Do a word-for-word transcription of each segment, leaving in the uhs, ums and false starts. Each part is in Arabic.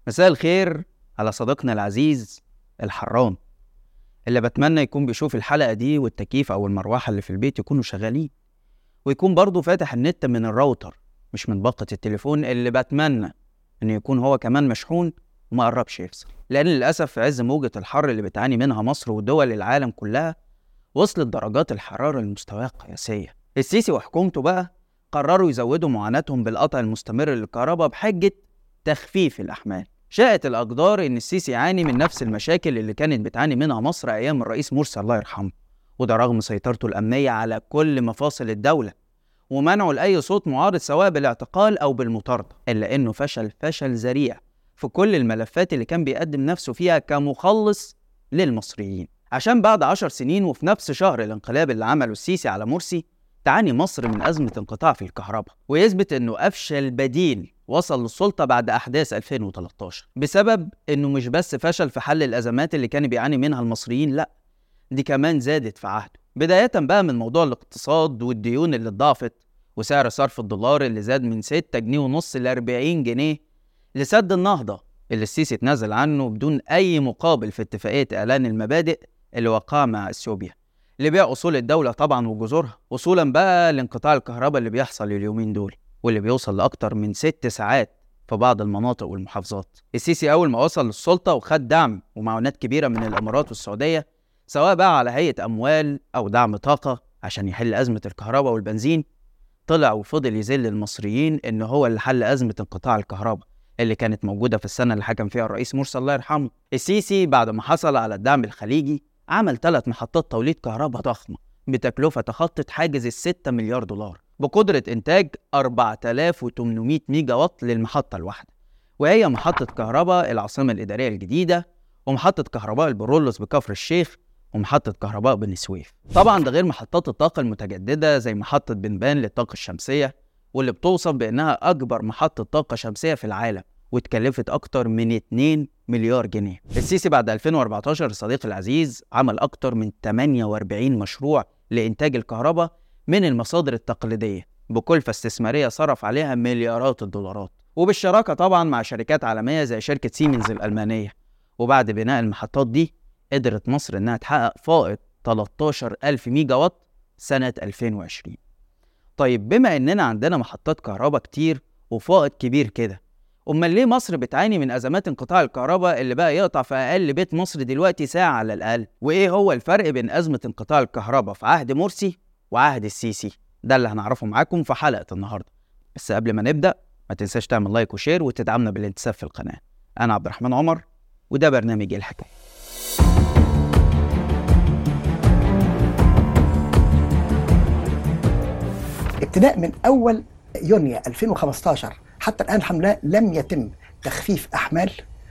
مساء الخير على صديقنا العزيز الحران اللي بتمنى يكون بيشوف الحلقة دي والتكييف أو المروحة اللي في البيت يكونوا شغالين، ويكون برضو فاتح النت من الراوتر مش من باقة التليفون اللي بتمنى إنه يكون هو كمان مشحون وما قربش يفصل. لأن للأسف في عز موجة الحر اللي بتعاني منها مصر ودول العالم كلها وصلت درجات الحرارة لمستويات قياسية. السيسي وحكومته بقى قرروا يزودوا معاناتهم بالقطع المستمر للكهرباء بحجة تخفيف الأحمال. شاءت الأقدار إن السيسي يعاني من نفس المشاكل اللي كانت بتعاني منها مصر أيام الرئيس مرسي الله يرحمه، وده رغم سيطرته الأمنية على كل مفاصل الدولة ومنعه لأي صوت معارض سواء بالاعتقال أو بالمطاردة، إلا إنه فشل فشل ذريع في كل الملفات اللي كان بيقدم نفسه فيها كمخلص للمصريين. عشان بعد عشر سنين وفي نفس شهر الانقلاب اللي عمله السيسي على مرسي تعاني مصر من أزمة انقطاع في الكهرباء، ويثبت إنه أفشل بديل وصل للسلطة بعد أحداث ألفين وتلتاشر بسبب إنه مش بس فشل في حل الأزمات اللي كان بيعاني منها المصريين، لأ دي كمان زادت في عهده، بداية بقى من موضوع الاقتصاد والديون اللي اتضاعفت وسعر صرف الدولار اللي زاد من ستة جنيه ونص ل أربعين جنيه لسد النهضة اللي السيسي اتنازل عنه بدون أي مقابل في اتفاقية إعلان المبادئ اللي وقعها مع اثيوبيا لبيع أصول الدولة طبعا وجذورها، وصولا بقى لانقطاع الكهرباء اللي بيحصل اليومين دول واللي بيوصل لأكتر من ست ساعات في بعض المناطق والمحافظات. السيسي أول ما وصل للسلطة وخد دعم ومعونات كبيرة من الإمارات والسعودية سواء بقى على هيئة أموال أو دعم طاقة عشان يحل أزمة الكهرباء والبنزين، طلع وفضل يذل المصريين إن هو اللي حل أزمة انقطاع الكهرباء اللي كانت موجودة في السنة اللي حكم فيها الرئيس مرسي الله يرحمه. السيسي بعد ما حصل على الدعم الخليجي عمل ثلاث محطات توليد كهرباء ضخمة بتكلفة تخطت حاجز الستة مليار دولار بقدرة إنتاج أربعة آلاف وثمانمائة ميجا واط للمحطة الواحدة، وهي محطة كهرباء العاصمة الإدارية الجديدة ومحطة كهرباء البرولوس بكفر الشيخ ومحطة كهرباء بني سويف. طبعا ده غير محطات الطاقة المتجددة زي محطة بنبان للطاقة الشمسية واللي بتوصف بأنها أكبر محطة طاقة شمسية في العالم واتكلفت أكتر من اتنين مليار جنيه. السيسي بعد ألفين وأربعتاشر الصديق العزيز عمل أكتر من ثمانية وأربعين مشروع لإنتاج الكهرباء من المصادر التقليدية بكلفة استثمارية صرف عليها مليارات الدولارات، وبالشراكة طبعا مع شركات عالمية زي شركة سيمنز الألمانية. وبعد بناء المحطات دي قدرت مصر إنها تحقق فائض تلتاشر ألف ميجا واط سنة ألفين وعشرين. طيب بما إننا عندنا محطات كهرباء كتير وفائض كبير كده، أمال ليه مصر بتعاني من أزمات انقطاع الكهرباء اللي بقى يقطع في أقل بيت مصر دلوقتي ساعة على الأقل؟ وإيه هو الفرق بين أزمة انقطاع الكهرباء في عهد مرسي وعهد السيسي؟ ده اللي هنعرفه معاكم في حلقة النهاردة. بس قبل ما نبدأ ما تنساش تعمل لايك وشير وتدعمنا بالانتساب في القناة. أنا عبد الرحمن عمر وده برنامج الحكاية. ابتداء من أول يونيو ألفين وخمستاشر حتى الآن الحمد لله لم يتم تخفيف أحمال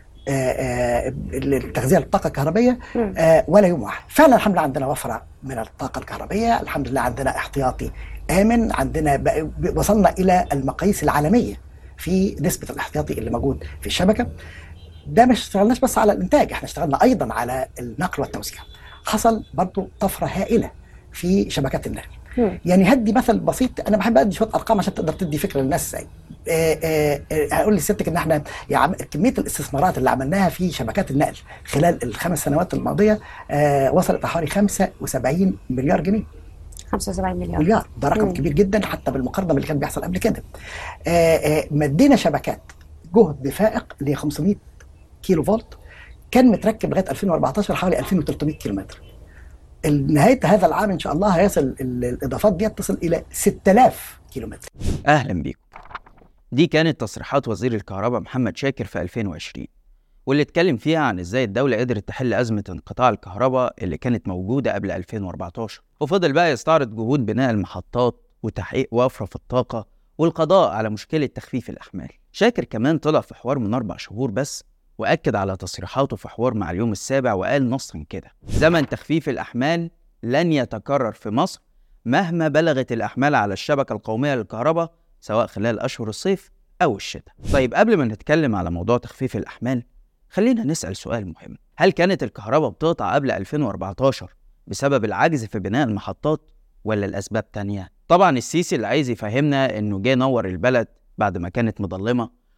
التغذية للطاقة الكهربائية ولا يوم واحد. فعلا الحمد لله عندنا وفرة من الطاقة الكهربائية، الحمد لله عندنا احتياطي آمن، عندنا وصلنا إلى المقاييس العالمية في نسبة الاحتياطي اللي موجود في الشبكة. ده مش اشتغلناش بس على الإنتاج، احنا اشتغلنا أيضا على النقل والتوزيع. حصل برضو طفرة هائلة في شبكات النقل. يعني هدي مثل بسيط، انا بحب ادي شويه ارقام عشان تقدر تدي فكره للناس ازاي. هقول لسيادتك ان احنا يعني كميه الاستثمارات اللي عملناها في شبكات النقل خلال الخمس سنوات الماضيه آه وصلت لحوالي خمسة وسبعين مليار جنيه. خمسة وسبعين مليار مليار ده رقم مم. كبير جدا حتى بالمقارنه باللي كان بيحصل قبل كده. آه آه مدينا شبكات جهد فائق ل خمسمائة كيلو فولت كان متركب لغايه ألفين وأربعتاشر حوالي ألفين وثلاثمائة كيلو متر. نهاية هذا العام إن شاء الله هيصل الإضافات دي تصل إلى ستة آلاف كيلومتر. أهلا بيكم. دي كانت تصريحات وزير الكهرباء محمد شاكر في ألفين وعشرين واللي اتكلم فيها عن إزاي الدولة قدرت تحل أزمة انقطاع الكهرباء اللي كانت موجودة قبل ألفين وأربعتاشر، وفضل بقى يستعرض جهود بناء المحطات وتحقيق وفرة في الطاقة والقضاء على مشكلة تخفيف الأحمال. شاكر كمان طلع في حوار من أربع شهور بس وأكد على تصريحاته في حوار مع اليوم السابع وقال نصا كده: زمن تخفيف الأحمال لن يتكرر في مصر مهما بلغت الأحمال على الشبكة القومية للكهرباء سواء خلال أشهر الصيف أو الشتاء. طيب قبل ما نتكلم على موضوع تخفيف الأحمال خلينا نسأل سؤال مهم: هل كانت الكهرباء بتقطع قبل ألفين وأربعتاشر بسبب العجز في بناء المحطات ولا الأسباب تانية؟ طبعا السيسي اللي عايز يفهمنا إنه جه نور البلد بعد ما كانت مظلمة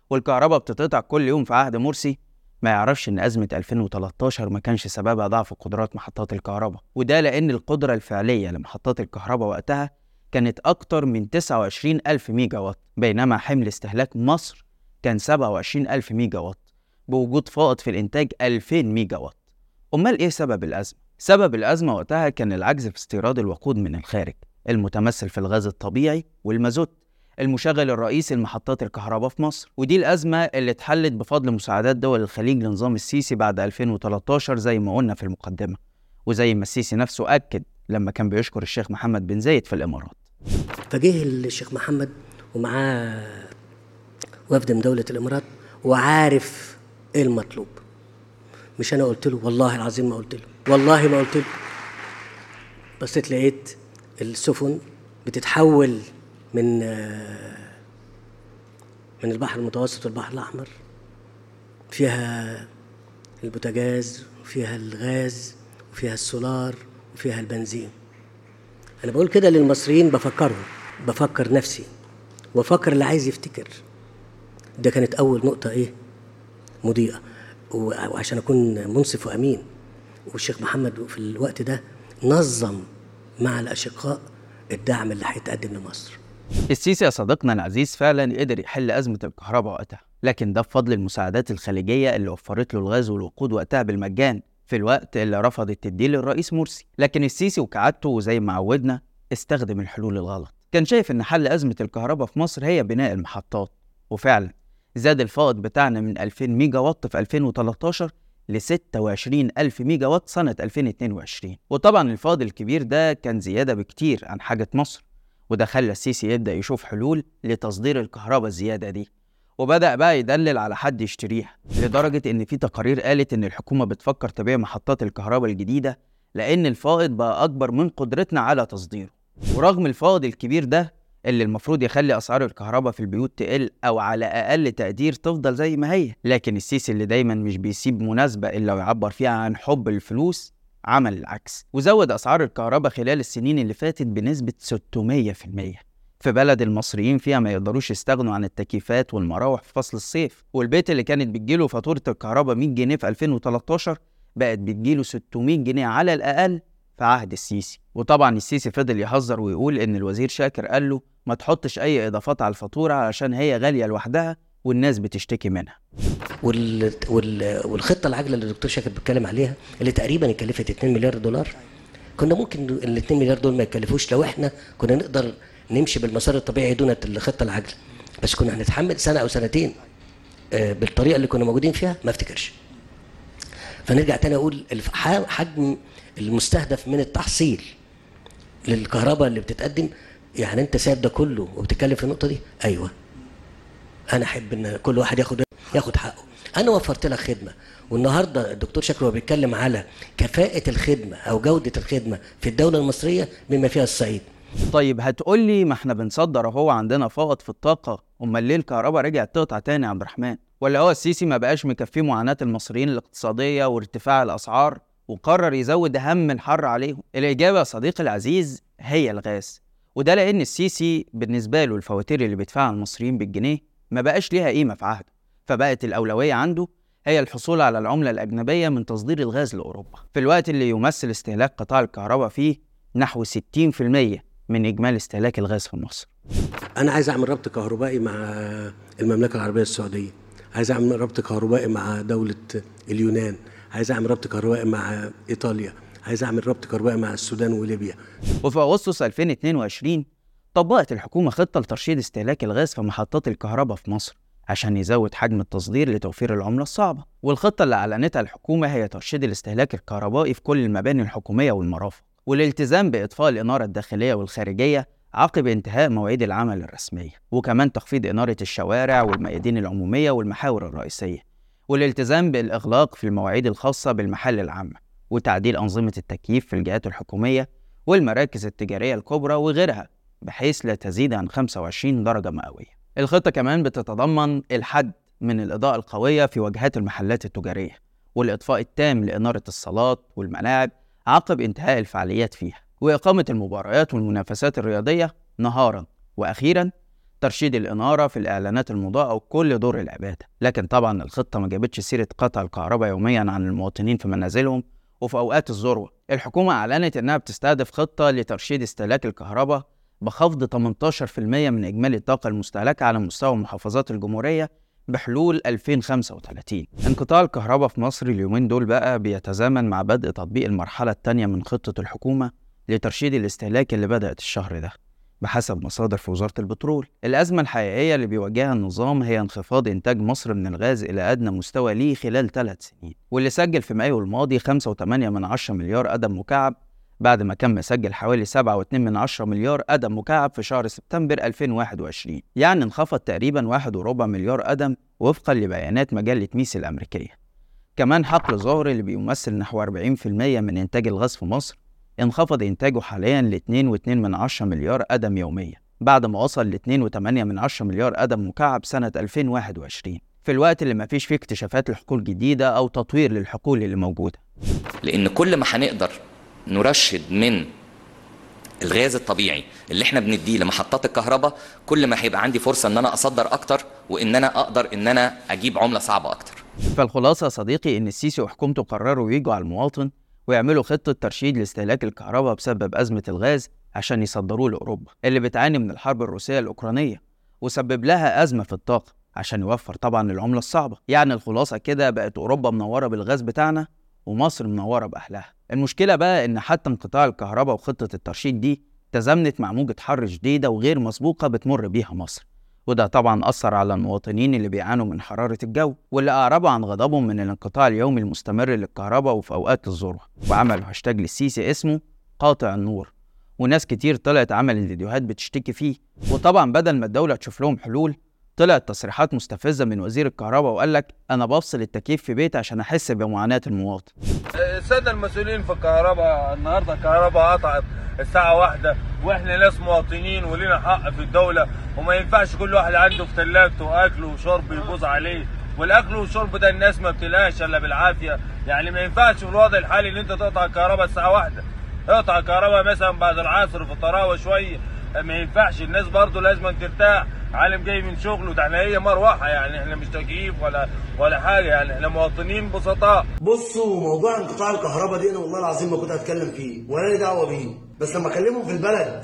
والكهرباء بتتقطع كل يوم في عهد مرسي، ما يعرفش إن أزمة ألفين وتلتاشر ما كانش سببها ضعف قدرات محطات الكهرباء، وده لأن القدرة الفعلية لمحطات الكهرباء وقتها كانت أكتر من تسعة وعشرين ألف ميجا وات، بينما حمل استهلاك مصر كان سبعة وعشرين ألف ميجا وات بوجود فائض في الإنتاج ألفين ميجا وات. أمال إيه سبب الأزمة؟ سبب الأزمة وقتها كان العجز في استيراد الوقود من الخارج المتمثل في الغاز الطبيعي والمازوت المشغل الرئيسي لمحطات الكهرباء في مصر، ودي الأزمة اللي اتحلت بفضل مساعدات دول الخليج لنظام السيسي بعد ألفين وتلتاشر زي ما قلنا في المقدمة، وزي ما السيسي نفسه أكد لما كان بيشكر الشيخ محمد بن زايد في الإمارات. فجه الشيخ محمد ومعاه وفد من دولة الإمارات وعارف إيه المطلوب. مش أنا قلت له، والله العظيم ما قلت له، والله ما قلت له. بصيت لقيت السفن بتتحول من من البحر المتوسط والبحر الأحمر، فيها البوتاجاز وفيها الغاز وفيها السولار وفيها البنزين. أنا بقول كده للمصريين، بفكرهم، بفكر نفسي وفكر اللي عايز يفتكر. ده كانت أول نقطة إيه مضيئة، وعشان أكون منصف وأمين. والشيخ محمد في الوقت ده نظم مع الأشقاء الدعم اللي هيتقدم لمصر. السيسي يا صديقنا العزيز فعلا قدر يحل أزمة الكهرباء وقتها، لكن ده بفضل المساعدات الخليجية اللي وفرت له الغاز والوقود وقتها بالمجان في الوقت اللي رفضت تديه للرئيس مرسي. لكن السيسي وكعادته وزي ما عودنا استخدم الحلول الغلط، كان شايف إن حل أزمة الكهرباء في مصر هي بناء المحطات، وفعلا زاد الفائض بتاعنا من ألفين ميجا وات في ألفين وتلتاشر ل ستة وعشرين ألف ميجا وات سنة ألفين واتنين وعشرين، وطبعا الفائض الكبير ده كان زيادة بكتير عن حاجة مصر، وده خلى السيسي يبدأ يشوف حلول لتصدير الكهرباء الزيادة دي، وبدأ بقى يدلل على حد يشتريها، لدرجة إن في تقارير قالت إن الحكومة بتفكر تبيع محطات الكهرباء الجديدة لأن الفائض بقى أكبر من قدرتنا على تصديره. ورغم الفائض الكبير ده اللي المفروض يخلي أسعار الكهرباء في البيوت تقل أو على أقل تقدير تفضل زي ما هي، لكن السيسي اللي دايما مش بيسيب مناسبة إلا ويعبر فيها عن حب الفلوس عمل العكس، وزود أسعار الكهرباء خلال السنين اللي فاتت بنسبة ستمية في المية في بلد المصريين فيها ما يقدروش يستغنوا عن التكييفات والمراوح في فصل الصيف، والبيت اللي كانت بتجيله فاتورة الكهرباء مية جنيه في ألفين وتلتاشر بقت بتجيله ستمية جنيه على الأقل في عهد السيسي. وطبعا السيسي فضل يهزر ويقول إن الوزير شاكر قال له ما تحطش أي إضافات على الفاتورة علشان هي غالية لوحدها والناس بتشتكي منها. وال... وال... والخطة العاجلة اللي الدكتور شاكر بيتكلم عليها اللي تقريبا كلفت اتنين مليار دولار، كنا ممكن ال اتنين مليار دول ما يكلفوش لو احنا كنا نقدر نمشي بالمسار الطبيعي دون الخطة العاجلة، بس كنا هنتحمل سنة أو سنتين بالطريقة اللي كنا موجودين فيها ما افتكرش. فنرجع تاني أقول حجم المستهدف من التحصيل للكهرباء اللي بتتقدم، يعني أنت سايب ده كله وبتتكلم في النقطة دي. أيوة أنا أحب إن كل واحد ياخد ياخد حقه. أنا وفرت لك خدمة، والنهارده الدكتور شاكر هو بيتكلم على كفاءة الخدمة أو جودة الخدمة في الدولة المصرية بما فيها الصعيد. طيب هتقول لي ما احنا بنصدر اهو عندنا فائض في الطاقة، امال ليه الكهرباء رجعت تقطع تاني يا عبد الرحمن؟ ولا هو السيسي ما بقاش مكفيه معاناة المصريين الاقتصادية وارتفاع الأسعار وقرر يزود هم الحر عليهم؟ الإجابة يا صديقي العزيز هي الغاز، وده لأن السيسي بالنسبة له الفواتير اللي بيدفعها المصريين بالجنيه ما بقاش ليها قيمة في عهده، فبقت الأولوية عنده هي الحصول على العملة الأجنبية من تصدير الغاز لأوروبا، في الوقت اللي يمثل استهلاك قطاع الكهرباء فيه نحو ستين في المية من إجمالي استهلاك الغاز في مصر. أنا عايز أعمل ربط كهربائي مع المملكة العربية السعودية، عايز أعمل ربط كهربائي مع دولة اليونان، عايز أعمل ربط كهربائي مع إيطاليا، عايز أعمل ربط كهربائي مع السودان وليبيا. وفي أغسطس ألفين واتنين وعشرين طبقت الحكومة خطة لترشيد استهلاك الغاز في محطات الكهرباء في مصر عشان يزود حجم التصدير لتوفير العملة الصعبة، والخطة اللي أعلنتها الحكومة هي ترشيد الاستهلاك الكهربائي في كل المباني الحكومية والمرافق، والالتزام بإطفاء الإنارة الداخلية والخارجية عقب انتهاء مواعيد العمل الرسمية، وكمان تخفيض إنارة الشوارع والميادين العمومية والمحاور الرئيسية، والالتزام بالإغلاق في المواعيد الخاصة بالمحال العامة، وتعديل أنظمة التكييف في الجهات الحكومية والمراكز التجارية الكبرى وغيرها بحيث لا تزيد عن خمسة وعشرين درجة مئوية. الخطة كمان بتتضمن الحد من الإضاءة القوية في واجهات المحلات التجارية، والإطفاء التام لإنارة الصالات والملاعب عقب انتهاء الفعاليات فيها، وإقامة المباريات والمنافسات الرياضية نهاراً، وأخيراً ترشيد الإنارة في الإعلانات المضاءة وكل دور العبادة. لكن طبعا الخطة ما جابتش سيرة قطع الكهرباء يوميا عن المواطنين في منازلهم وفي أوقات الذروة. الحكومة أعلنت إنها بتستهدف خطة لترشيد استهلاك الكهرباء بخفض ثمانية عشر بالمئة من إجمالي الطاقة المستهلكة على مستوى محافظات الجمهورية بحلول ألفين وخمسة وثلاثين. انقطاع الكهرباء في مصر اليومين دول بقى بيتزامن مع بدء تطبيق المرحلة الثانية من خطة الحكومة لترشيد الاستهلاك اللي بدأت الشهر ده بحسب مصادر في وزارة البترول. الأزمة الحقيقية اللي بيواجهها النظام هي انخفاض إنتاج مصر من الغاز إلى أدنى مستوى ليه خلال ثلاث سنين، واللي سجل في مايو الماضي خمسة فاصلة ثمانية من عشرة مليار قدم مكعب بعد ما كان مسجل حوالي سبعة فاصلة اثنين من عشرة مليار قدم مكعب في شهر سبتمبر ألفين وواحد وعشرين، يعني انخفض تقريبا واحد وربع مليار قدم وفقا لبيانات مجلة ميسي الأمريكية. كمان حقل ظهر اللي بيمثل نحو أربعين بالمئة من إنتاج الغاز في مصر انخفض إنتاجه حاليا ل اثنين فاصلة اثنين من عشرة مليار قدم يوميا بعد ما وصل ل اثنين فاصلة ثمانية من عشرة مليار قدم مكعب سنة ألفين وواحد وعشرين، في الوقت اللي مفيش فيه اكتشافات لحقول جديدة أو تطوير للحقول اللي موجودة. لأن كل ما هنقدر نرشد من الغاز الطبيعي اللي احنا بنديه لمحطات الكهرباء، كل ما هيبقى عندي فرصة ان انا اصدر اكتر وان انا اقدر ان انا اجيب عملة صعبة اكتر. فالخلاصة يا صديقي ان السيسي وحكومته قرروا يجوا على المواطن ويعملوا خطة ترشيد لاستهلاك الكهرباء بسبب أزمة الغاز عشان يصدروه لأوروبا اللي بتعاني من الحرب الروسية الأوكرانية وسبب لها أزمة في الطاقة عشان يوفر طبعا العملة الصعبة. يعني الخلاصة كده بقت أوروبا منورة بالغاز بتاعنا ومصر منورة بأهلها. المشكلة بقى إن حتى انقطاع الكهرباء وخطة الترشيد دي تزامنت مع موجة حر شديدة وغير مسبوقة بتمر بيها مصر، وده طبعا أثر على المواطنين اللي بيعانوا من حرارة الجو واللي أعربوا عن غضبهم من الانقطاع اليومي المستمر للكهرباء وفي أوقات الذروة، وعملوا هاشتاج للسيسي اسمه قاطع النور، وناس كتير طلعت عملت فيديوهات بتشتكي فيه. وطبعا بدل ما الدولة تشوف لهم حلول طلعت تصريحات مستفزة من وزير الكهرباء وقال لك أنا بفصل التكييف في بيتي عشان أحس بمعاناة المواطن. السادة المسؤولين في الكهرباء النهارده الكهرباء قطعت الساعة واحدة، واحنا ناس مواطنين ولينا حق في الدولة، وما ينفعش كل واحد عنده في ثلاجته أكل وشرب يبوظ عليه، والأكل والشرب ده الناس ما بتلاقيش إلا بالعافية. يعني ما ينفعش في الوضع الحالي إن أنت تقطع الكهرباء الساعة واحدة، اقطع الكهرباء مثلا بعد العصر في الطراوة شوية، ما ينفعش. الناس برضو لازم ترتاح، عالم جاي من شغله، ده احنا هي مروحه، يعني احنا مش تكييف ولا ولا حاجه، يعني احنا مواطنين بسطاء. بصوا موضوع انقطاع الكهرباء دي انا والله العظيم ما كنت هتكلم فيه ولا لي دعوه بيه، بس لما اكلمهم في البلد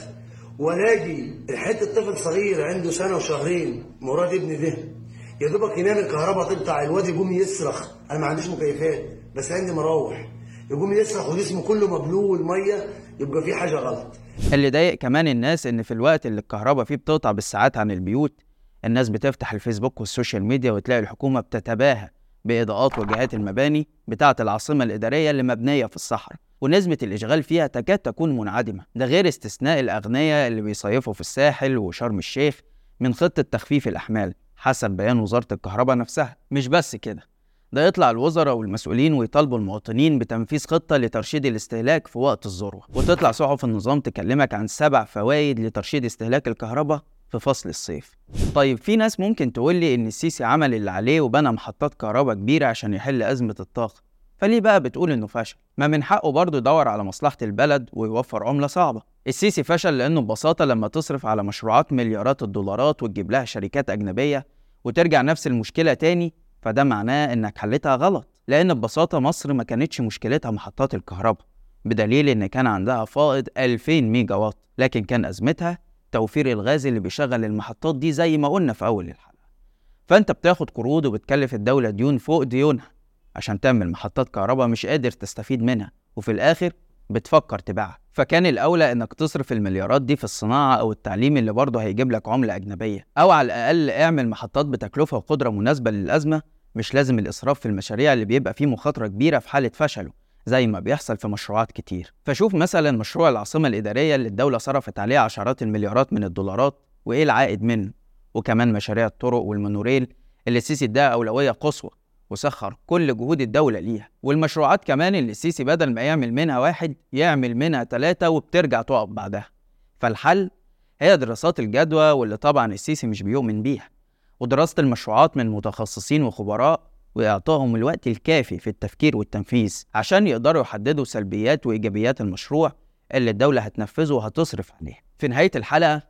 والاقي حته طفل صغير عنده سنه وشهرين مراد ابني ده يا دوبك ينام الكهرباء تقطع الواد يقوم يصرخ، انا ما عنديش مكيفات بس عندي مراوح، يقوم يصرخ وجسمه كله مبلول ميه، يبقى في حاجه غلط. اللي ضايق كمان الناس ان في الوقت اللي الكهرباء فيه بتقطع بالساعات عن البيوت، الناس بتفتح الفيسبوك والسوشيال ميديا وتلاقي الحكومة بتتباهى بإضاءات واجهات المباني بتاعة العاصمة الإدارية اللي مبنية في الصحراء، ونسبة الإشغال فيها تكاد تكون منعدمة. ده غير استثناء الأغنياء اللي بيصيفوا في الساحل وشرم الشيخ من خطة تخفيف الأحمال حسب بيان وزارة الكهرباء نفسها. مش بس كده، ده يطلع الوزراء والمسؤولين ويطالبوا المواطنين بتنفيذ خطة لترشيد الاستهلاك في وقت الذروة، وتطلع صحف النظام تكلمك عن سبع فوائد لترشيد استهلاك الكهرباء في فصل الصيف. طيب في ناس ممكن تقول لي إن السيسي عمل اللي عليه وبنى محطات كهرباء كبيرة عشان يحل أزمة الطاقة، فليه بقى بتقول إنه فشل؟ ما من حقه برضه يدور على مصلحة البلد ويوفر عملة صعبة. السيسي فشل لأنه ببساطة لما تصرف على مشروعات مليارات الدولارات وتجيب لها شركات أجنبية وترجع نفس المشكلة تاني، فده معناه إنك حلتها غلط، لأن ببساطة مصر ما كانتش مشكلتها محطات الكهرباء، بدليل إن كان عندها فائض ألفين ميجا واط، لكن كان أزمتها توفير الغاز اللي بيشغل المحطات دي زي ما قلنا في أول الحلقة. فأنت بتاخد قروض وبتكلف الدولة ديون فوق ديونها عشان تعمل محطات كهرباء مش قادر تستفيد منها، وفي الآخر بتفكر تبيعها. فكان الأولى إنك تصرف المليارات دي في الصناعة أو التعليم اللي برضه هيجيب لك عملة أجنبية، أو على الأقل اعمل محطات بتكلفة وقدرة مناسبة للأزمة، مش لازم الإسراف في المشاريع اللي بيبقى فيه مخاطرة كبيرة في حالة فشله زي ما بيحصل في مشروعات كتير. فشوف مثلا مشروع العاصمة الإدارية اللي الدولة صرفت عليه عشرات المليارات من الدولارات وإيه العائد منه، وكمان مشاريع الطرق والمونوريل اللي السيسي اداها أولوية قصوى وسخر كل جهود الدولة ليها، والمشروعات كمان اللي السيسي بدل ما يعمل منها واحد يعمل منها ثلاثة وبترجع تقف بعدها. فالحل هي دراسات الجدوى، واللي طبعا السيسي مش بيؤمن بيها، ودراسة المشروعات من متخصصين وخبراء وإعطائهم الوقت الكافي في التفكير والتنفيذ عشان يقدروا يحددوا سلبيات وإيجابيات المشروع اللي الدولة هتنفذه وهتصرف عليه. في نهاية الحلقة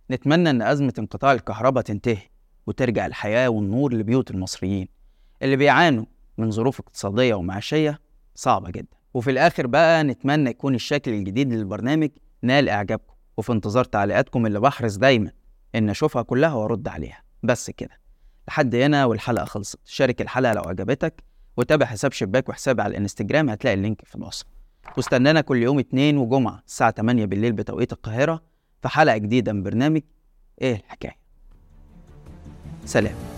نتمنى ان ازمة انقطاع الكهرباء تنتهي وترجع الحياة والنور لبيوت المصريين اللي بيعانوا من ظروف اقتصادية ومعيشية صعبة جدا. وفي الاخر بقى نتمنى يكون الشكل الجديد للبرنامج نال اعجابكم، وفي انتظار تعليقاتكم اللي بحرص دايما ان اشوفها كلها وارد عليها. بس كده لحد هنا والحلقة خلصت. شارك الحلقة لو عجبتك، وتابع حساب شباك وحسابي على الانستجرام، هتلاقي اللينك في الوصف. واستنانا كل يوم اتنين وجمعة الساعة تمانية بالليل بتوقيت القاهرة في حلقة جديدة من برنامج ايه الحكاية. سلام.